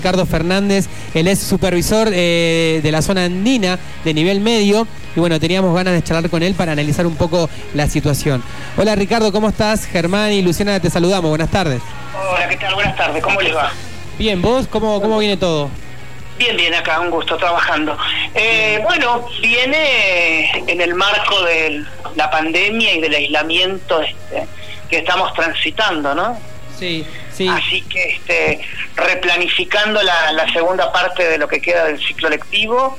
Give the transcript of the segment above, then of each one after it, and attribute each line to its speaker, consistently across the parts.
Speaker 1: Ricardo Fernández, él es supervisor de la zona andina de nivel medio y bueno, teníamos ganas de charlar con él para analizar un poco la situación. Hola Ricardo, ¿cómo estás? Germán y Luciana te saludamos, buenas tardes.
Speaker 2: Hola, ¿qué tal? Buenas tardes, ¿cómo les va?
Speaker 1: Bien, ¿vos? ¿Cómo viene todo?
Speaker 2: Bien, acá, un gusto, trabajando. Bueno, viene en el marco de la pandemia y del aislamiento que estamos transitando, ¿no?
Speaker 1: Sí.
Speaker 2: Así que replanificando la segunda parte de lo que queda del ciclo lectivo,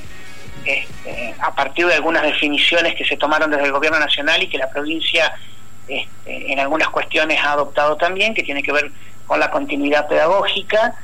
Speaker 2: a partir de algunas definiciones que se tomaron desde el gobierno nacional y que la provincia en algunas cuestiones ha adoptado también, que tiene que ver con la continuidad pedagógica,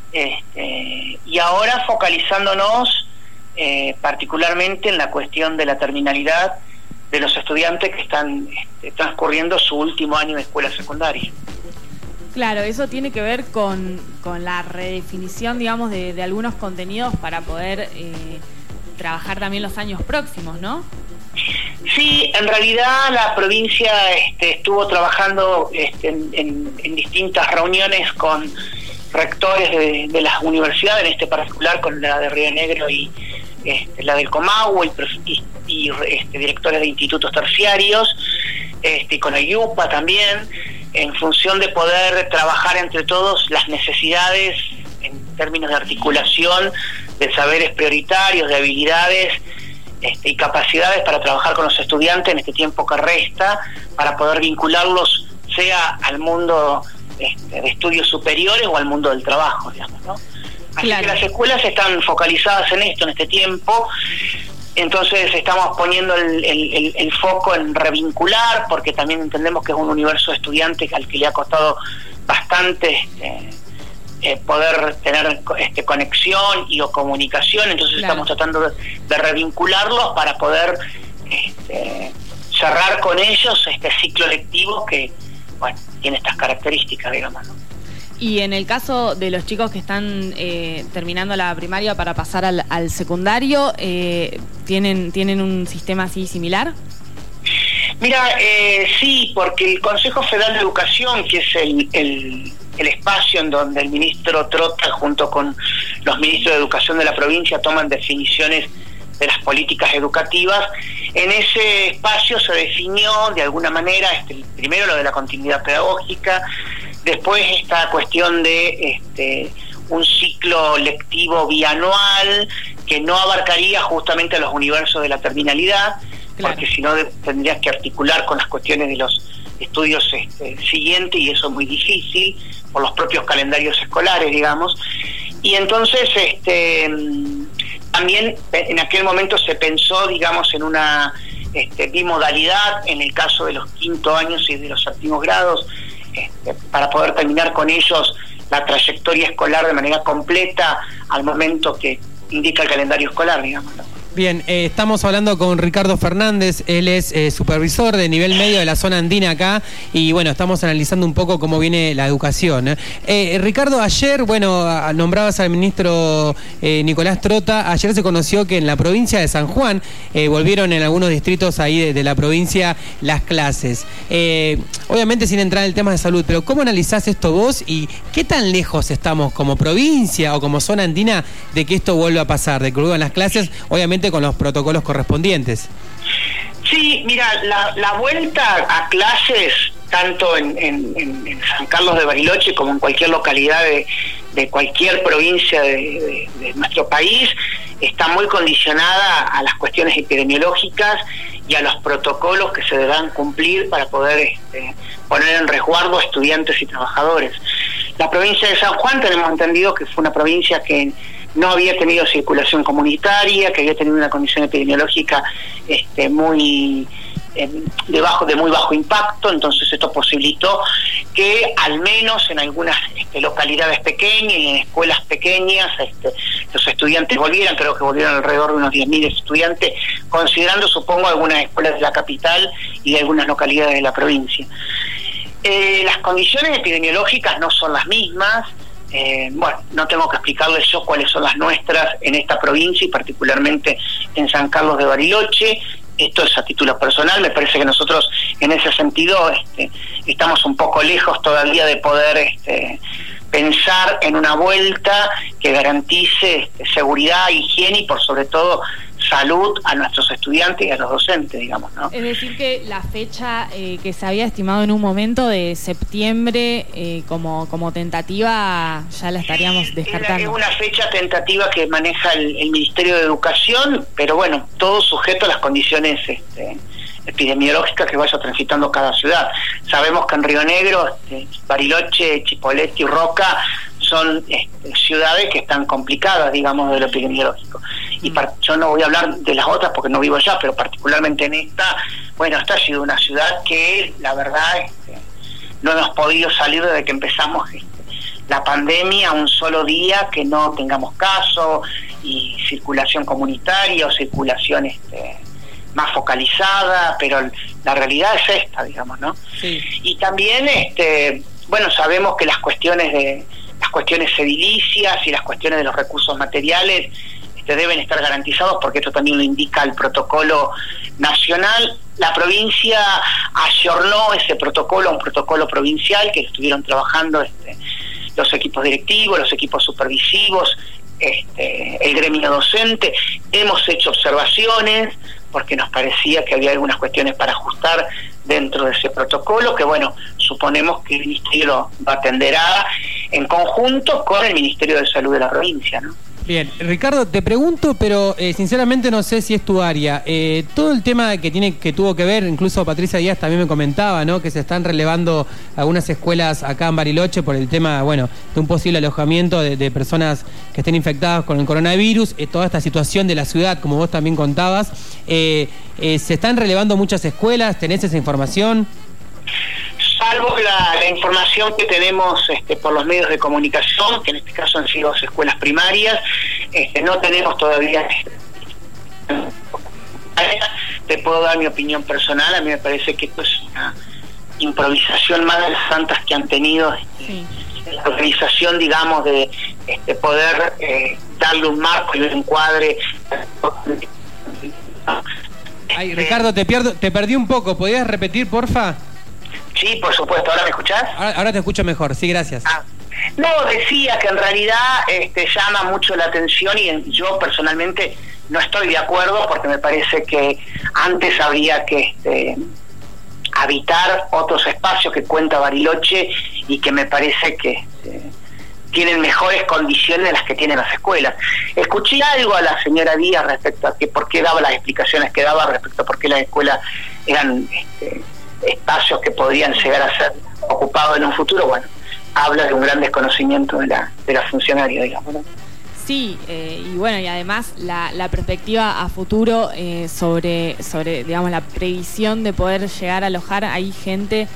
Speaker 2: y ahora focalizándonos particularmente en la cuestión de la terminalidad de los estudiantes que están transcurriendo su último año de escuela secundaria.
Speaker 3: Claro, eso tiene que ver con la redefinición, digamos, de algunos contenidos para poder trabajar también los años próximos, ¿no?
Speaker 2: Sí, en realidad la provincia estuvo trabajando en distintas reuniones con rectores de las universidades, en este particular con la de Río Negro y la del Comahue y directores de institutos terciarios, y con el IUPA también, en función de poder trabajar entre todos las necesidades en términos de articulación de saberes prioritarios, de habilidades y capacidades para trabajar con los estudiantes en este tiempo que resta, para poder vincularlos sea al mundo de estudios superiores o al mundo del trabajo, digamos, ¿no? Así que las escuelas están focalizadas en esto, en este tiempo. Entonces estamos poniendo el foco en revincular, porque también entendemos que es un universo de estudiantes al que le ha costado bastante poder tener conexión y o comunicación. Entonces estamos tratando de revincularlos para poder cerrar con ellos este ciclo lectivo que, bueno, tiene estas características, digamos, ¿no?
Speaker 3: Y en el caso de los chicos que están terminando la primaria para pasar al secundario, ¿tienen un sistema así similar?
Speaker 2: Mira, sí, porque el Consejo Federal de Educación, que es el espacio en donde el ministro Trota junto con los ministros de Educación de la provincia toman definiciones de las políticas educativas, en ese espacio se definió de alguna manera primero lo de la continuidad pedagógica, después esta cuestión de un ciclo lectivo bianual que no abarcaría justamente a los universos de la terminalidad, porque si no tendrías que articular con las cuestiones de los estudios siguientes, y eso es muy difícil por los propios calendarios escolares, digamos. Y entonces también en aquel momento se pensó, digamos, en una bimodalidad en el caso de los quinto años y de los séptimos grados, para poder terminar con ellos la trayectoria escolar de manera completa al momento que indica el calendario escolar, digamos, ¿no?
Speaker 1: Bien, estamos hablando con Ricardo Fernández, él es supervisor de nivel medio de la zona andina acá y bueno, estamos analizando un poco cómo viene la educación. Ricardo, ayer, bueno, nombrabas al ministro Nicolás Trota, ayer se conoció que en la provincia de San Juan volvieron en algunos distritos ahí de la provincia las clases. Obviamente sin entrar en el tema de salud, pero ¿cómo analizás esto vos y qué tan lejos estamos como provincia o como zona andina de que esto vuelva a pasar, de que vuelvan las clases, obviamente con los protocolos correspondientes?
Speaker 2: Sí, mira, la vuelta a clases, tanto en San Carlos de Bariloche como en cualquier localidad de cualquier provincia de nuestro país, está muy condicionada a las cuestiones epidemiológicas y a los protocolos que se deberán cumplir para poder poner en resguardo a estudiantes y trabajadores. La provincia de San Juan tenemos entendido que fue una provincia que no había tenido circulación comunitaria, que había tenido una condición epidemiológica de muy bajo impacto. Entonces esto posibilitó que al menos en algunas localidades pequeñas y en escuelas pequeñas los estudiantes volvieran. Creo que volvieron alrededor de unos 10.000 estudiantes, considerando, supongo, algunas escuelas de la capital y de algunas localidades de la provincia. Las condiciones epidemiológicas no son las mismas. Bueno, no tengo que explicarles yo cuáles son las nuestras en esta provincia y particularmente en San Carlos de Bariloche. Esto es a título personal, me parece que nosotros en ese sentido estamos un poco lejos todavía de poder pensar en una vuelta que garantice seguridad, higiene y por sobre todo salud a nuestros estudiantes y a los docentes, digamos, ¿no?
Speaker 3: Es decir, que la fecha que se había estimado en un momento de septiembre como tentativa ya la estaríamos descartando.
Speaker 2: Es una fecha tentativa que maneja el Ministerio de Educación, pero bueno, todo sujeto a las condiciones epidemiológicas que vaya transitando cada ciudad. Sabemos que en Río Negro, Bariloche, Chipoleti y Roca son ciudades que están complicadas, digamos, de lo epidemiológico. Y yo no voy a hablar de las otras porque no vivo allá, pero particularmente en esta, bueno, esta ha sido una ciudad que, la verdad, no hemos podido salir desde que empezamos la pandemia, un solo día que no tengamos caso, y circulación comunitaria o circulación más focalizada, pero la realidad es esta, digamos, ¿no? Sí. Y también, bueno, sabemos que las cuestiones edilicias y las cuestiones de los recursos materiales deben estar garantizados, porque esto también lo indica el protocolo nacional. La provincia ayornó ese protocolo a un protocolo provincial que estuvieron trabajando los equipos directivos, los equipos supervisivos, el gremio docente. Hemos hecho observaciones porque nos parecía que había algunas cuestiones para ajustar dentro de ese protocolo, que bueno, suponemos que el Ministerio lo atenderá en conjunto con el Ministerio de Salud de la provincia, ¿no?
Speaker 1: Bien, Ricardo, te pregunto, pero sinceramente no sé si es tu área. Todo el tema que tuvo que ver, incluso Patricia Díaz también me comentaba, ¿no? Que se están relevando algunas escuelas acá en Bariloche por el tema, bueno, de un posible alojamiento de personas que estén infectadas con el coronavirus, toda esta situación de la ciudad, como vos también contabas. ¿Se están relevando muchas escuelas? ¿Tenés esa información?
Speaker 2: Salvo la información que tenemos por los medios de comunicación, que en este caso han sido escuelas primarias, no tenemos todavía. Te puedo dar mi opinión personal. A mí me parece que esto es una improvisación más de las tantas que han tenido la organización, digamos, de poder darle un marco y un encuadre.
Speaker 1: Ay, Ricardo, te perdí un poco. ¿Podrías repetir, porfa?
Speaker 2: Sí, por supuesto. ¿Ahora me escuchás?
Speaker 1: Ahora te escucho mejor. Sí, gracias.
Speaker 2: No, decía que en realidad llama mucho la atención, y yo personalmente no estoy de acuerdo, porque me parece que antes habría que habitar otros espacios que cuenta Bariloche y que me parece que tienen mejores condiciones de las que tienen las escuelas. Escuché algo a la señora Díaz respecto a que por qué daba las explicaciones que daba respecto a por qué las escuelas eran espacios que podrían llegar a ser ocupados en un futuro. Bueno, habla de un gran desconocimiento de la funcionaria, digamos, ¿no?
Speaker 3: Sí, y bueno, y además la perspectiva a futuro sobre, digamos, la previsión de poder llegar a alojar ahí gente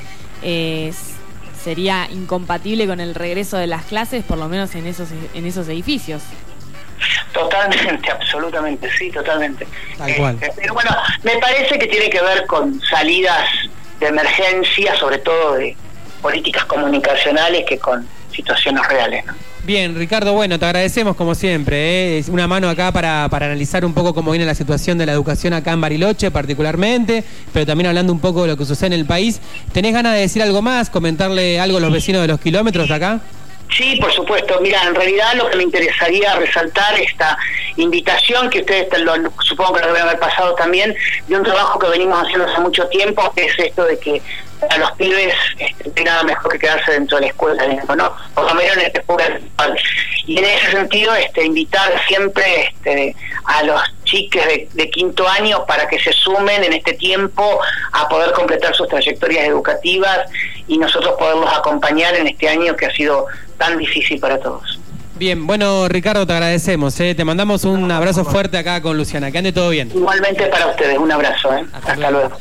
Speaker 3: sería incompatible con el regreso de las clases, por lo menos en esos edificios.
Speaker 2: Totalmente, absolutamente, sí, totalmente.
Speaker 1: Tal cual.
Speaker 2: Pero bueno, me parece que tiene que ver con salidas de emergencia, sobre todo de políticas comunicacionales, que con situaciones reales, ¿no?
Speaker 1: Bien, Ricardo, bueno, te agradecemos como siempre, Es una mano acá para analizar un poco cómo viene la situación de la educación acá en Bariloche particularmente, pero también hablando un poco de lo que sucede en el país. ¿Tenés ganas de decir algo más, comentarle algo a los vecinos de los kilómetros de acá?
Speaker 2: Sí, por supuesto. Mira, en realidad lo que me interesaría resaltar, esta invitación que ustedes supongo que lo deben haber pasado también, de un trabajo que venimos haciendo hace mucho tiempo, que es esto de que a los pibes no hay nada mejor que quedarse dentro de la escuela, ¿no? Por lo menos en este escuela. Y en ese sentido, invitar siempre a los chiques de quinto año para que se sumen en este tiempo a poder completar sus trayectorias educativas y nosotros poderlos acompañar en este año que ha sido tan difícil para todos.
Speaker 1: Bien, bueno, Ricardo, te agradecemos, Te mandamos un abrazo fuerte acá con Luciana. Que ande todo bien.
Speaker 2: Igualmente para ustedes, un abrazo, Hasta luego.